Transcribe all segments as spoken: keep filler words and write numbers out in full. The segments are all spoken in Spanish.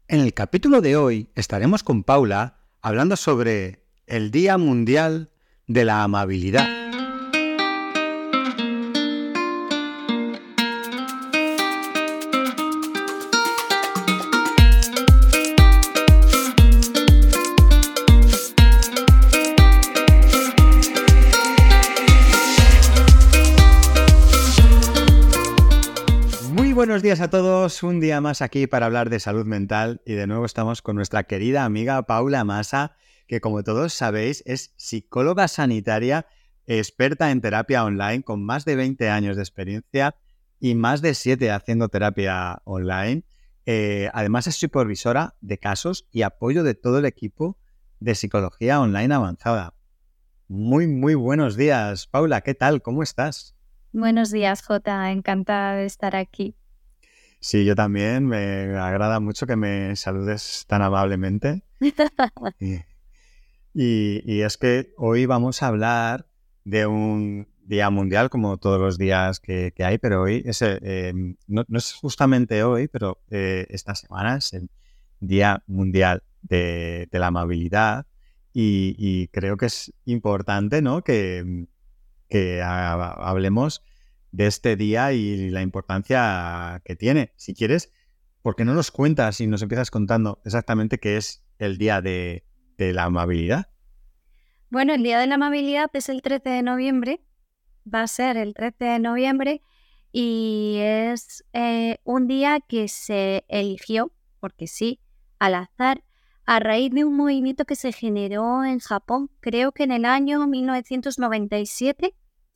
En el capítulo de hoy estaremos con Paula hablando sobre el Día Mundial de la Amabilidad. Muy buenos días a todos, un día más aquí para hablar de salud mental y de nuevo estamos con nuestra querida amiga Paula Massa, que como todos sabéis es psicóloga sanitaria, experta en terapia online con más de veinte años de experiencia y más de siete haciendo terapia online. Eh, además es supervisora de casos y apoyo de todo el equipo de psicología online avanzada. Muy, muy buenos días, Paula, ¿qué tal? ¿Cómo estás? Buenos días, Jota. Encantada de estar aquí. Sí, yo también. Me agrada mucho que me saludes tan amablemente. Y, y- y es que hoy vamos a hablar de un día mundial, como todos los días que, que hay, pero hoy es, eh, eh, no, no es justamente hoy, pero eh, esta semana es el Día Mundial de, de la Amabilidad y, y creo que es importante, ¿no?, que, que ha- hablemos de este día y la importancia que tiene. Si quieres, ¿por qué no nos cuentas y nos empiezas contando exactamente qué es el Día de, de la Amabilidad? Bueno, el Día de la Amabilidad es el trece de noviembre, va a ser el trece de noviembre y es eh, un día que se eligió, porque sí, al azar, a raíz de un movimiento que se generó en Japón, creo que en el año mil novecientos noventa y siete.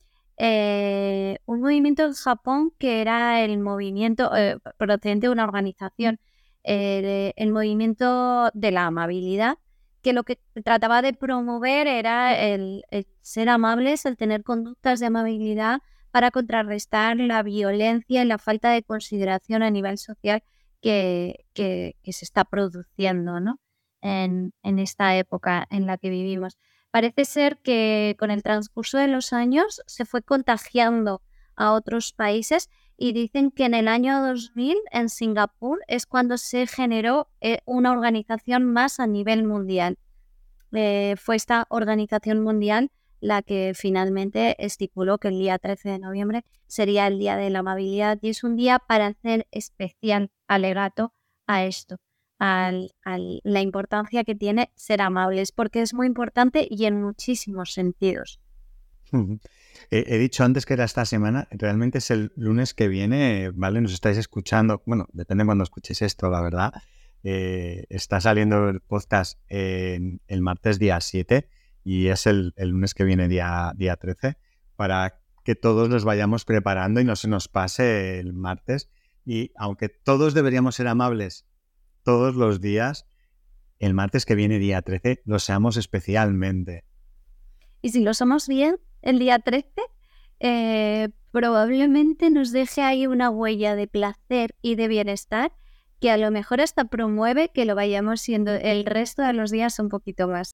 Eh, un movimiento en Japón que era el movimiento eh, procedente de una organización, eh, de- el movimiento de la amabilidad, que lo que trataba de promover era el, el ser amables, el tener conductas de amabilidad para contrarrestar la violencia y la falta de consideración a nivel social que, que- que se está produciendo, ¿no?, en, en esta época en la que vivimos. Parece ser que con el transcurso de los años se fue contagiando a otros países y dicen que en el año dos mil en Singapur es cuando se generó eh, una organización más a nivel mundial. Eh, fue esta organización mundial la que finalmente estipuló que el día trece de noviembre sería el Día de la Amabilidad y es un día para hacer especial alegato a esto, al, al- la importancia que tiene ser amables, porque es muy importante y en muchísimos sentidos. Ujú. He, he dicho antes que era esta semana, realmente es el lunes que viene, ¿vale? Nos estáis escuchando, bueno, depende de cuando escuchéis esto, la verdad. Eh, está saliendo el podcast en- el martes día siete y es el, el lunes que viene día, día trece para que todos nos vayamos preparando y no se nos pase el martes. Y aunque todos deberíamos ser amables todos los días, el martes que viene día trece lo seamos especialmente. Y si lo somos bien, el día trece eh, probablemente nos deje ahí una huella de placer y de bienestar que a lo mejor hasta promueve que lo vayamos siendo el resto de los días un poquito más.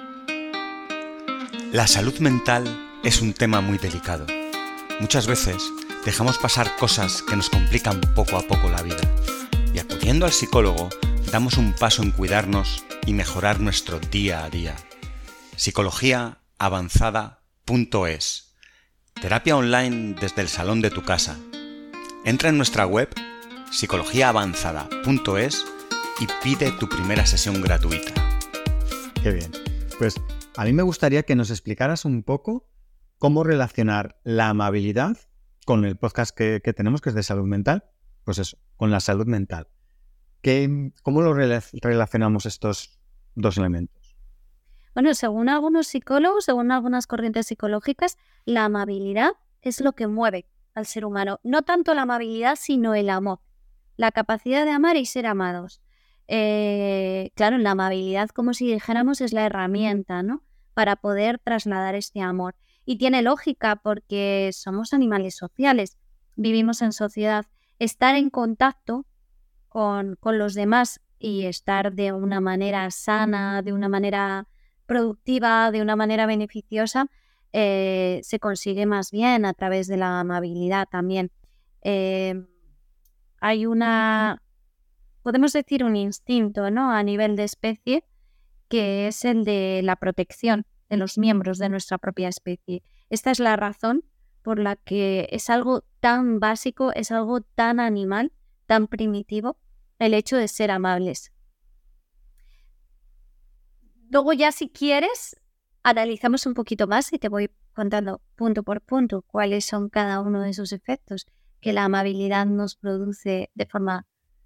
La salud mental es un tema muy delicado. Muchas veces dejamos pasar cosas que nos complican poco a poco la vida. Y acudiendo al psicólogo, damos un paso en cuidarnos y mejorar nuestro día a día. psicología avanzada punto es. Terapia online desde el salón de tu casa. Entra en nuestra web psicología avanzada punto es y pide tu primera sesión gratuita. Qué bien. Pues a mí me gustaría que nos explicaras un poco cómo relacionar la amabilidad con el podcast que, que tenemos, que es de salud mental. Pues eso, con la salud mental. ¿Qué, ¿Cómo lo rela- relacionamos estos dos elementos? Bueno, según algunos psicólogos, según algunas corrientes psicológicas, la amabilidad es lo que mueve al ser humano. No tanto la amabilidad, sino el amor. La capacidad de amar y ser amados. Eh, claro, la amabilidad, como si dijéramos, es la herramienta, ¿no?, para poder trasladar este amor. Y tiene lógica porque somos animales sociales, vivimos en sociedad. Estar en contacto con, con los demás y estar de una manera sana, de una manera productiva, de una manera beneficiosa, eh, se consigue más bien a través de la amabilidad también. Eh, hay una podemos decir un instinto, ¿no? A nivel de especie, que es el de la protección de los miembros de nuestra propia especie. Esta es la razón por la que es algo tan básico, es algo tan animal, tan primitivo, el hecho de ser amables. Luego ya, si quieres, analizamos un poquito más y te voy contando punto por punto cuáles son cada uno de esos efectos que la amabilidad nos produce de forma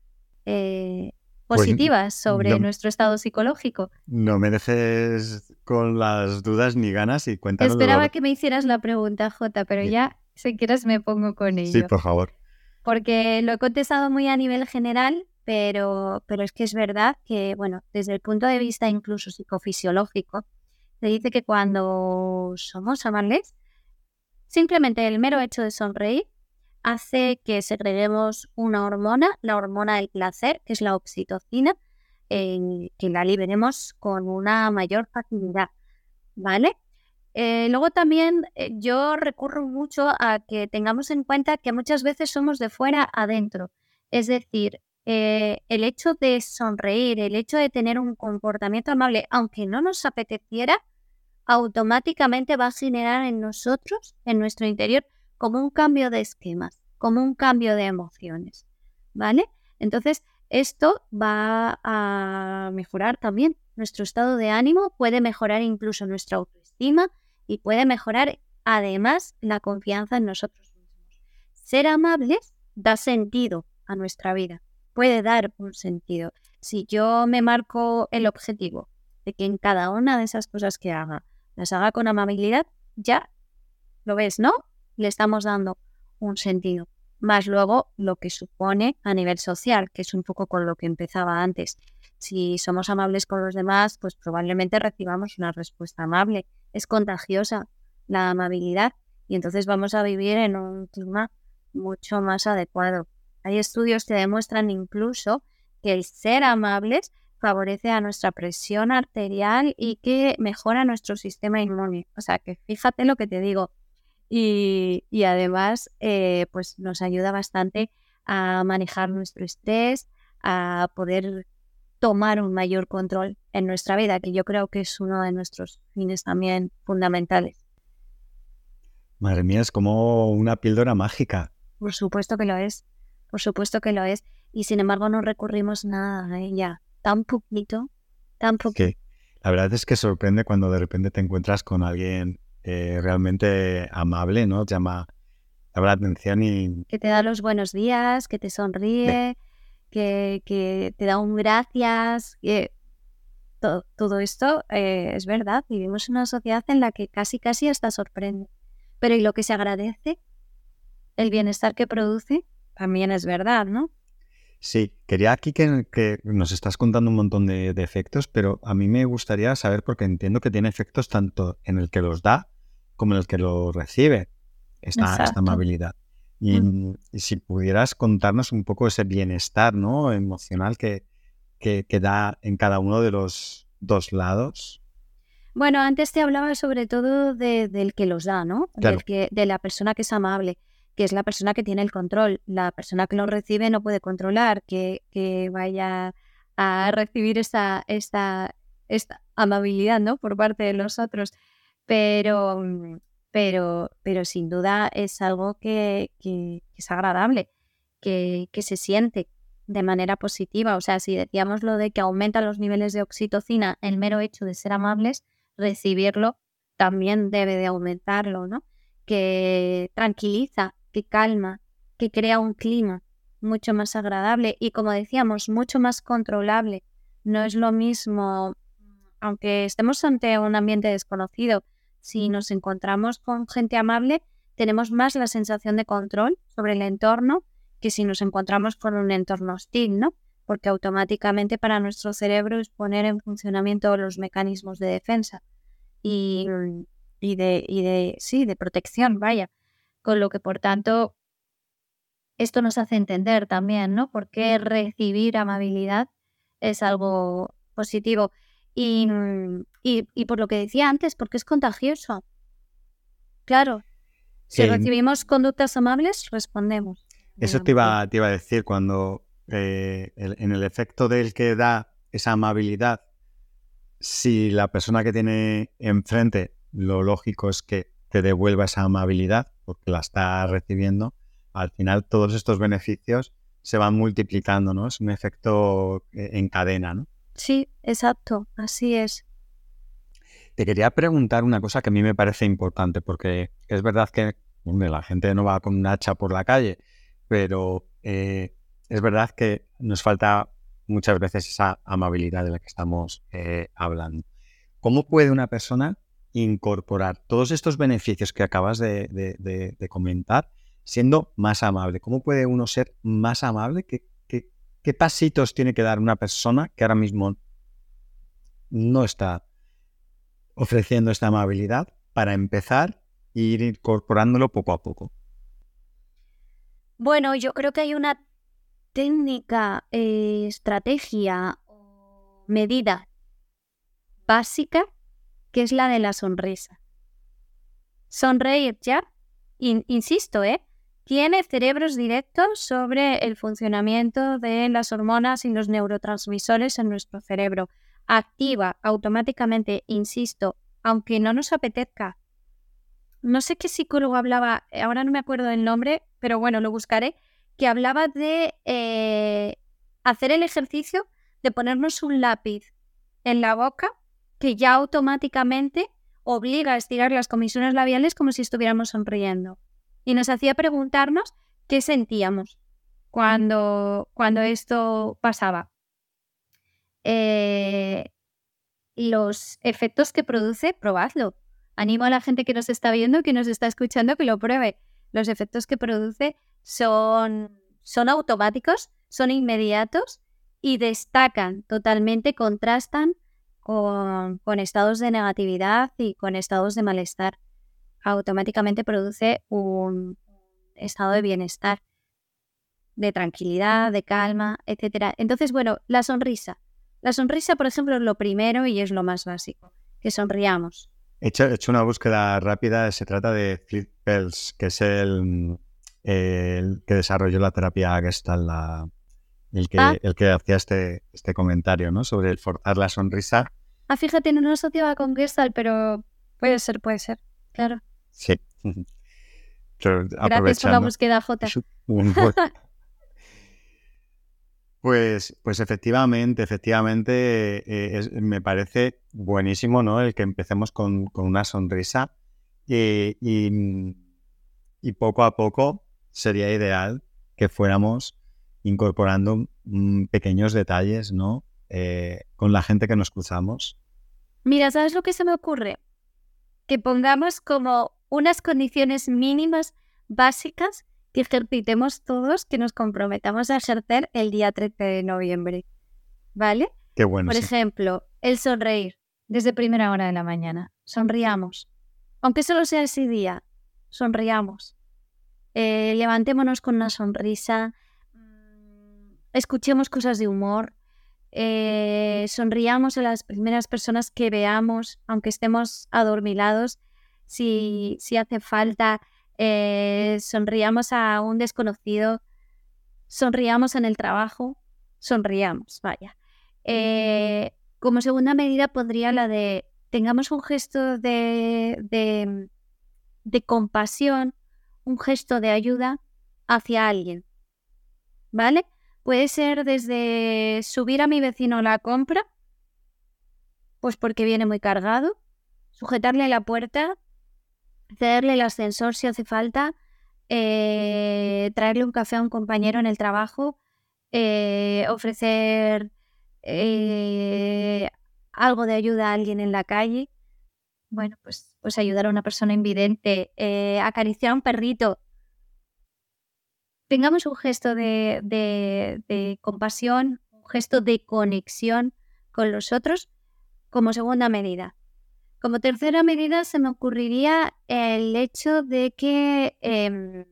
eh, positiva pues sobre no, nuestro estado psicológico. No me dejes con las dudas ni ganas y cuéntanos. Esperaba que me hicieras la pregunta, Jota, pero Bien. ya, si quieres, me pongo con ello. Sí, por favor. Porque lo he contestado muy a nivel general, pero, pero es que es verdad que, bueno, desde el punto de vista incluso psicofisiológico, se dice que cuando somos amables, simplemente el mero hecho de sonreír hace que segreguemos una hormona, la hormona del placer, que es la oxitocina, eh, que la liberemos con una mayor facilidad, ¿vale? Eh, luego también eh, yo recurro mucho a que tengamos en cuenta que muchas veces somos de fuera adentro. Es decir, eh, el hecho de sonreír, el hecho de tener un comportamiento amable, aunque no nos apeteciera, automáticamente va a generar en nosotros, en nuestro interior, como un cambio de esquemas, como un cambio de emociones, ¿vale? Entonces, esto va a mejorar también nuestro estado de ánimo, puede mejorar incluso nuestra autoestima y puede mejorar además la confianza en nosotros mismos. Ser amables da sentido a nuestra vida, puede dar un sentido. Si yo me marco el objetivo de que en cada una de esas cosas que haga, las haga con amabilidad, ya lo ves, ¿no? Le estamos dando un sentido. Más luego lo que supone a nivel social, que es un poco con lo que empezaba antes. Si somos amables con los demás, pues probablemente recibamos una respuesta amable. Es contagiosa la amabilidad y entonces vamos a vivir en un clima mucho más adecuado. Hay estudios que demuestran incluso que el ser amables favorece a nuestra presión arterial y que mejora nuestro sistema inmune. O sea, que fíjate lo que te digo. Y, y además, eh, pues nos ayuda bastante a manejar nuestro estrés, a poder tomar un mayor control en nuestra vida, que yo creo que es uno de nuestros fines también fundamentales. Madre mía, es como una píldora mágica. Por supuesto que lo es, por supuesto que lo es. Y sin embargo no recurrimos nada a ella. Tan poquito, tan poquito. Sí. La verdad es que sorprende cuando de repente te encuentras con alguien eh, realmente amable, ¿no? Te llama, llama la atención y... Que te da los buenos días, que te sonríe, que, que te da un gracias. Que todo, todo esto eh, es verdad. Vivimos en una sociedad en la que casi, casi hasta sorprende. Pero y lo que se agradece, el bienestar que produce, también es verdad, ¿no? Sí, quería aquí que, que nos estás contando un montón de, de efectos, pero a mí me gustaría saber, porque entiendo que tiene efectos tanto en el que los da como en el que los recibe esta, esta amabilidad. Y, mm. y si pudieras contarnos un poco ese bienestar, ¿no?, emocional que, que, que da en cada uno de los dos lados. Bueno, antes te hablaba sobre todo de, del que los da, ¿no? Claro. Del que, de la persona que es amable, que es la persona que tiene el control. La persona que lo recibe no puede controlar que, que vaya a recibir esta, esta, esta amabilidad, ¿no?, por parte de los otros. Pero, pero, pero sin duda es algo que, que, que es agradable, que, que se siente de manera positiva. O sea, si decíamos lo de que aumentan los niveles de oxitocina, el mero hecho de ser amables, recibirlo también debe de aumentarlo, ¿no? Que tranquiliza, que calma, que crea un clima mucho más agradable y, como decíamos, mucho más controlable. No es lo mismo, aunque estemos ante un ambiente desconocido, si nos encontramos con gente amable, tenemos más la sensación de control sobre el entorno que si nos encontramos con un entorno hostil, ¿no? Porque automáticamente para nuestro cerebro es poner en funcionamiento los mecanismos de defensa y, y, de, y de, sí, de protección, vaya. Con lo que, por tanto, esto nos hace entender también, ¿no?, por qué recibir amabilidad es algo positivo. Y, y, y por lo que decía antes, porque es contagioso. Claro, si eh, recibimos conductas amables, respondemos. Eso te iba, te iba a decir, cuando eh, el, en el efecto del que da esa amabilidad, si la persona que tiene enfrente, lo lógico es que te devuelva esa amabilidad porque la está recibiendo, al final todos estos beneficios se van multiplicando, ¿no? Es un efecto en cadena, ¿no? Sí, exacto, así es. Te quería preguntar una cosa que a mí me parece importante, porque es verdad que hombre, la gente no va con un hacha por la calle, pero eh, es verdad que nos falta muchas veces esa amabilidad de la que estamos eh, hablando. ¿Cómo puede una persona incorporar todos estos beneficios que acabas de, de, de, de comentar siendo más amable? ¿Cómo puede uno ser más amable? ¿Qué, qué, qué pasitos tiene que dar una persona que ahora mismo no está ofreciendo esta amabilidad para empezar e ir incorporándolo poco a poco? Bueno, yo creo que hay una técnica, eh, estrategia o medida básica que es la de la sonrisa. Sonreír ya, in, insisto, ¿eh? tiene cerebros directos sobre el funcionamiento de las hormonas y los neurotransmisores en nuestro cerebro. Activa automáticamente, insisto, aunque no nos apetezca. No sé qué psicólogo hablaba, ahora no me acuerdo del nombre, pero bueno, lo buscaré, que hablaba de eh, hacer el ejercicio de ponernos un lápiz en la boca que ya automáticamente obliga a estirar las comisiones labiales como si estuviéramos sonriendo. Y nos hacía preguntarnos qué sentíamos cuando, cuando esto pasaba. Eh, los efectos que produce, probadlo. Animo a la gente que nos está viendo, que nos está escuchando, que lo pruebe. Los efectos que produce son, son automáticos, son inmediatos y destacan totalmente, contrastan con, con estados de negatividad y con estados de malestar. Automáticamente produce un estado de bienestar, de tranquilidad, de calma, etcétera. Entonces, bueno, la sonrisa. La sonrisa, por ejemplo, es lo primero y es lo más básico, que sonriamos. He hecho, he hecho una búsqueda rápida, se trata de Flip Pels, que es el, el que desarrolló la terapia Gestalt, la, el, que, ah. el que hacía este, este comentario, ¿no? Sobre el forzar la sonrisa. Ah, fíjate, no lo asociaba con Gestalt, pero puede ser, puede ser, claro. Sí. Pero gracias por la búsqueda, Jota. Pues, pues efectivamente, efectivamente eh, es, me parece buenísimo, ¿no? El que empecemos con, con una sonrisa eh, y, y poco a poco sería ideal que fuéramos incorporando mm, pequeños detalles, ¿no? Eh, con la gente que nos cruzamos. Mira, ¿sabes lo que se me ocurre? Que pongamos como unas condiciones mínimas básicas que ejercitemos todos, que nos comprometamos a ejercer el día trece de noviembre, ¿vale? Qué bueno. Por sí. ejemplo, el sonreír desde primera hora de la mañana. Sonriamos. Aunque solo sea ese día, sonriamos. Eh, levantémonos con una sonrisa. Escuchemos cosas de humor. Eh, sonriamos a las primeras personas que veamos, aunque estemos adormilados. Si, si hace falta... Eh, sonriamos a un desconocido, sonriamos en el trabajo, sonriamos, vaya. Eh, como segunda medida pondría la de tengamos un gesto de, de, de compasión, un gesto de ayuda hacia alguien, ¿vale? Puede ser desde subir a mi vecino a la compra, pues porque viene muy cargado, sujetarle la puerta, cederle el ascensor si hace falta, eh, traerle un café a un compañero en el trabajo, eh, ofrecer eh, algo de ayuda a alguien en la calle, bueno, pues, pues ayudar a una persona invidente, eh, acariciar a un perrito. Tengamos un gesto de, de, de compasión, un gesto de conexión con los otros como segunda medida. Como tercera medida se me ocurriría el hecho de que eh,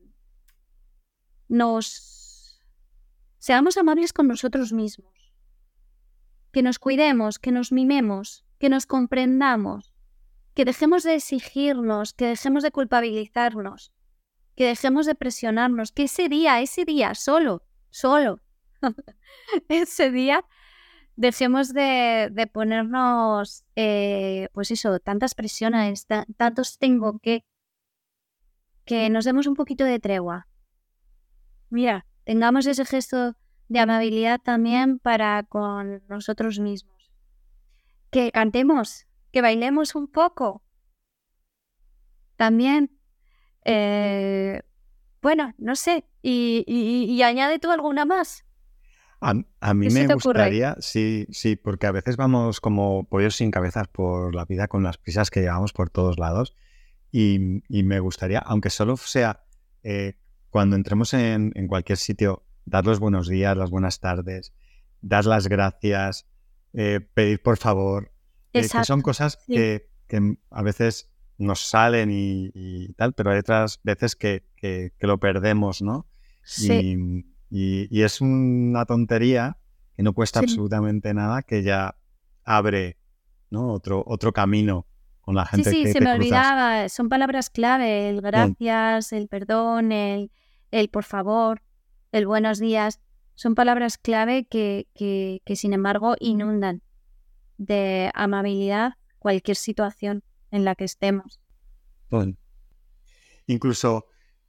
nos seamos amables con nosotros mismos, que nos cuidemos, que nos mimemos, que nos comprendamos, que dejemos de exigirnos, que dejemos de culpabilizarnos, que dejemos de presionarnos, que ese día, ese día, solo, solo, ese día dejemos de, de ponernos, eh, pues eso, tantas presiones, ta- tantos tengo que, que nos demos un poquito de tregua. Mira, tengamos ese gesto de amabilidad también para con nosotros mismos. Que cantemos, que bailemos un poco. También, eh, bueno, no sé, y, y, y añade tú alguna más. A, a mí ¿Qué se me te ocurre? gustaría, sí, sí, porque a veces vamos como pollos sin cabezas por la vida con las prisas que llevamos por todos lados y, y me gustaría, aunque solo sea eh, cuando entremos en, en cualquier sitio, dar los buenos días, las buenas tardes, dar las gracias, eh, pedir por favor, eh, que son Exacto, cosas sí, que, que a veces nos salen y, y tal, pero hay otras veces que, que, que lo perdemos, ¿no? sí, Y, y, y es una tontería que no cuesta sí. absolutamente nada, que ya abre, ¿no? otro, otro camino con la Sí, gente sí, que se te me cruzas. olvidaba. Son palabras clave, el Bien, gracias, el perdón, el, el por favor, el buenos días. Son palabras clave que, que, que, sin embargo, inundan de amabilidad cualquier situación en la que estemos. bien. Incluso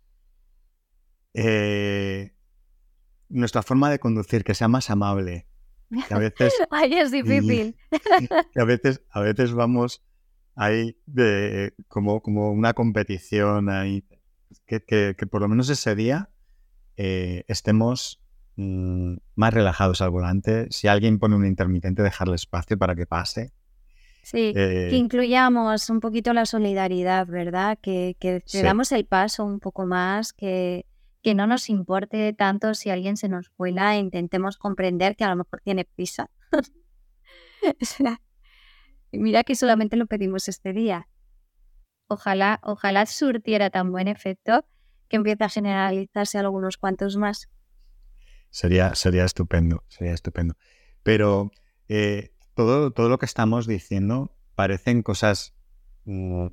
eh, nuestra forma de conducir, que sea más amable, que a veces, Ay, es y, difícil. que a veces, a veces vamos ahí de, como, como una competición ahí, que, que, que por lo menos ese día eh, estemos mmm, más relajados al volante. Si alguien pone un intermitente, dejarle espacio para que pase. Sí, que Eh, incluyamos un poquito la solidaridad, ¿verdad? Que, que sí, cedamos el paso un poco más, que, que no nos importe tanto si alguien se nos cuela e intentemos comprender que a lo mejor tiene prisa. O sea, y mira que solamente lo pedimos este día. Ojalá, ojalá surtiera tan buen efecto que empiece a generalizarse a algunos cuantos más. sería, sería estupendo, sería estupendo. Pero eh, todo, todo lo que estamos diciendo parecen cosas mm,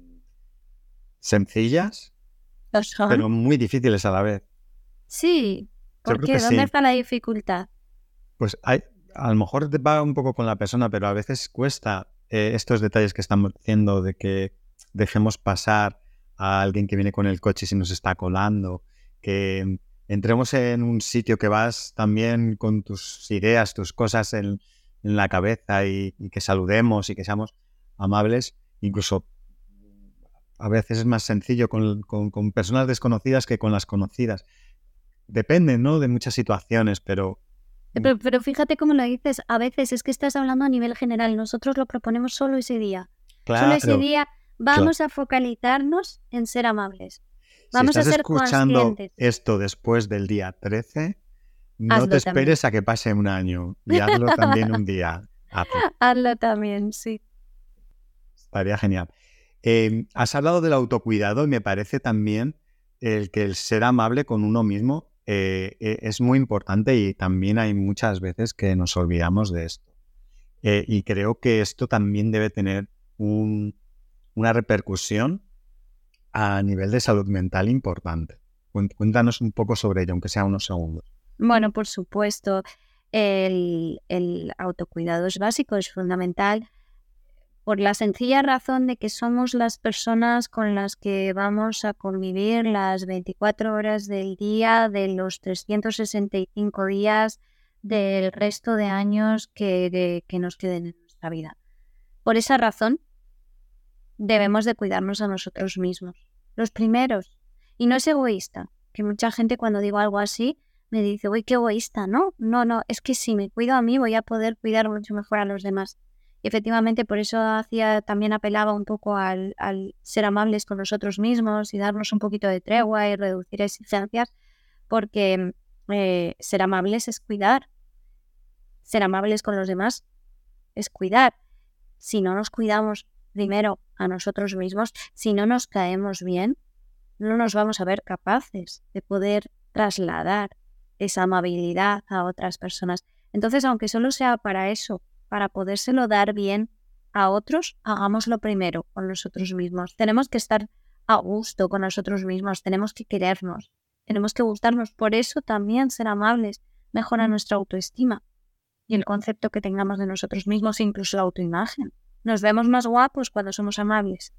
sencillas, ¿Lo son? pero muy difíciles a la vez. Sí. Yo ¿Por creo que qué? ¿Dónde sí. está la dificultad? Pues hay, a lo mejor va un poco con la persona, pero a veces cuesta eh, estos detalles que estamos diciendo de que dejemos pasar a alguien que viene con el coche si nos está colando, que entremos en un sitio que vas también con tus ideas, tus cosas en, en la cabeza y, y que saludemos y que seamos amables. Incluso a veces es más sencillo con, con, con personas desconocidas que con las conocidas. Depende, ¿no? De muchas situaciones, pero Pero, pero fíjate cómo lo dices, a veces es que estás hablando a nivel general, nosotros lo proponemos solo ese día. Solo ese claro, día claro. vamos a focalizarnos en ser amables. Si Vamos a estás ser escuchando conscientes. esto después del día trece, no te Hazlo también. esperes a que pase un año y hazlo también un día. Hazlo. Hazlo también, sí. Estaría genial. Eh, has hablado del autocuidado y me parece también el que el ser amable con uno mismo eh, eh, es muy importante y también hay muchas veces que nos olvidamos de esto. Eh, y creo que esto también debe tener un, una repercusión a nivel de salud mental importante. Cuéntanos un poco sobre ello, aunque sea unos segundos. Bueno, por supuesto, el, el autocuidado es básico, es fundamental, por la sencilla razón de que somos las personas con las que vamos a convivir las veinticuatro horas del día, de los trescientos sesenta y cinco días del resto de años que, de, que nos queden en nuestra vida. Por esa razón, debemos de cuidarnos a nosotros mismos, los primeros. Y no es egoísta, que mucha gente cuando digo algo así me dice, uy, qué egoísta, ¿no? No, no, es que si me cuido a mí voy a poder cuidar mucho mejor a los demás. Y efectivamente, por eso hacía, también apelaba un poco al, al ser amables con nosotros mismos y darnos un poquito de tregua y reducir exigencias, porque eh, ser amables es cuidar. Ser amables con los demás es cuidar. Si no nos cuidamos primero a nosotros mismos, si no nos caemos bien, no nos vamos a ver capaces de poder trasladar esa amabilidad a otras personas. Entonces, aunque solo sea para eso, para podérselo dar bien a otros, hagámoslo primero con nosotros mismos. Tenemos que estar a gusto con nosotros mismos, tenemos que querernos, tenemos que gustarnos. Por eso también ser amables mejora nuestra autoestima y el concepto que tengamos de nosotros mismos, incluso la autoimagen. Nos vemos más guapos cuando somos amables.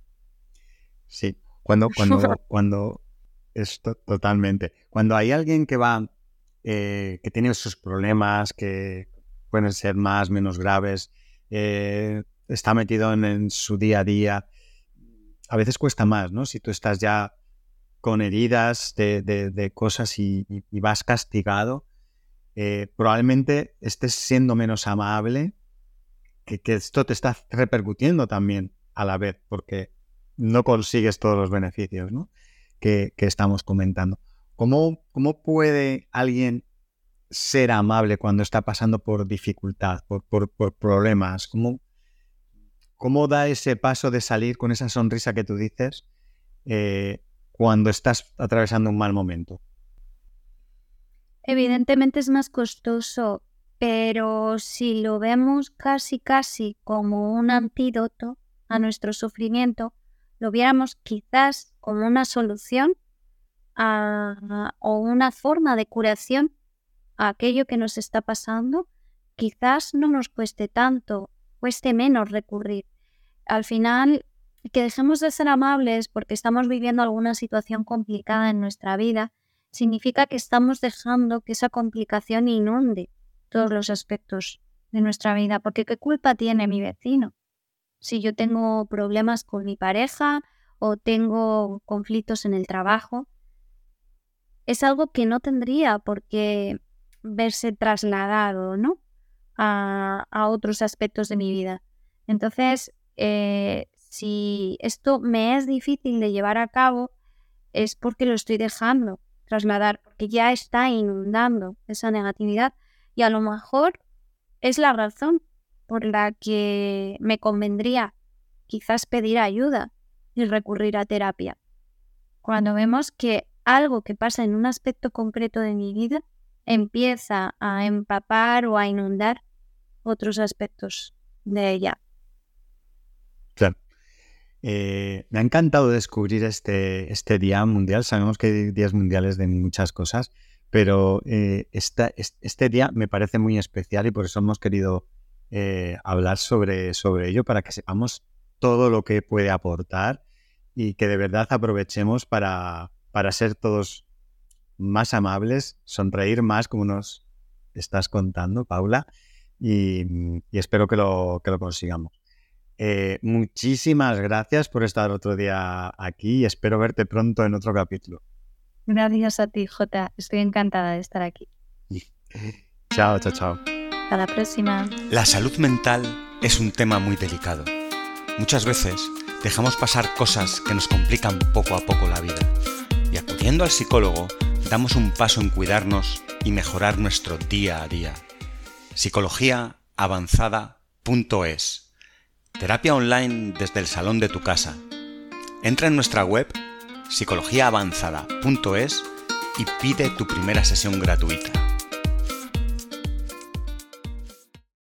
Sí, cuando, cuando, cuando, esto totalmente. Cuando hay alguien que va, eh, que tiene sus problemas, que pueden ser más, menos graves, eh, está metido en, en su día a día, a veces cuesta más, ¿no? Si tú estás ya con heridas de, de, de cosas y, y, y vas castigado, eh, probablemente estés siendo menos amable, que, que esto te está repercutiendo también a la vez, porque no consigues todos los beneficios, ¿no? que, que estamos comentando. ¿Cómo, ¿Cómo puede alguien ser amable cuando está pasando por dificultad, por, por, por problemas? ¿Cómo, ¿Cómo da ese paso de salir con esa sonrisa que tú dices eh, cuando estás atravesando un mal momento? Evidentemente es más costoso, pero si lo vemos casi casi como un antídoto a nuestro sufrimiento, lo viéramos quizás como una solución a, o una forma de curación a aquello que nos está pasando, quizás no nos cueste tanto, cueste menos recurrir. Al final, que dejemos de ser amables porque estamos viviendo alguna situación complicada en nuestra vida, significa que estamos dejando que esa complicación inunde todos los aspectos de nuestra vida. Porque ¿qué culpa tiene mi vecino? Si yo tengo problemas con mi pareja o tengo conflictos en el trabajo, es algo que no tendría por qué verse trasladado, ¿no? a, a otros aspectos de mi vida. Entonces, eh, si esto me es difícil de llevar a cabo, es porque lo estoy dejando trasladar, porque ya está inundando esa negatividad y a lo mejor es la razón por la que me convendría quizás pedir ayuda y recurrir a terapia. Cuando vemos que algo que pasa en un aspecto concreto de mi vida empieza a empapar o a inundar otros aspectos de ella. Claro. Eh, me ha encantado descubrir este, este día mundial. Sabemos que hay días mundiales de muchas cosas, pero eh, esta, este día me parece muy especial y por eso hemos querido eh, hablar sobre, sobre ello, para que sepamos todo lo que puede aportar y que de verdad aprovechemos para, para ser todos más amables, sonreír más, como nos estás contando, Paula, y, y espero que lo, que lo consigamos. Eh, muchísimas gracias por estar otro día aquí y espero verte pronto en otro capítulo. Gracias a ti, Jota. Estoy encantada de estar aquí. Chao, chao, chao. Hasta la próxima. La salud mental es un tema muy delicado. Muchas veces dejamos pasar cosas que nos complican poco a poco la vida. Y acudiendo al psicólogo, damos un paso en cuidarnos y mejorar nuestro día a día. psicología avanzada punto es. Terapia online desde el salón de tu casa. Entra en nuestra web psicología avanzada punto es y pide tu primera sesión gratuita.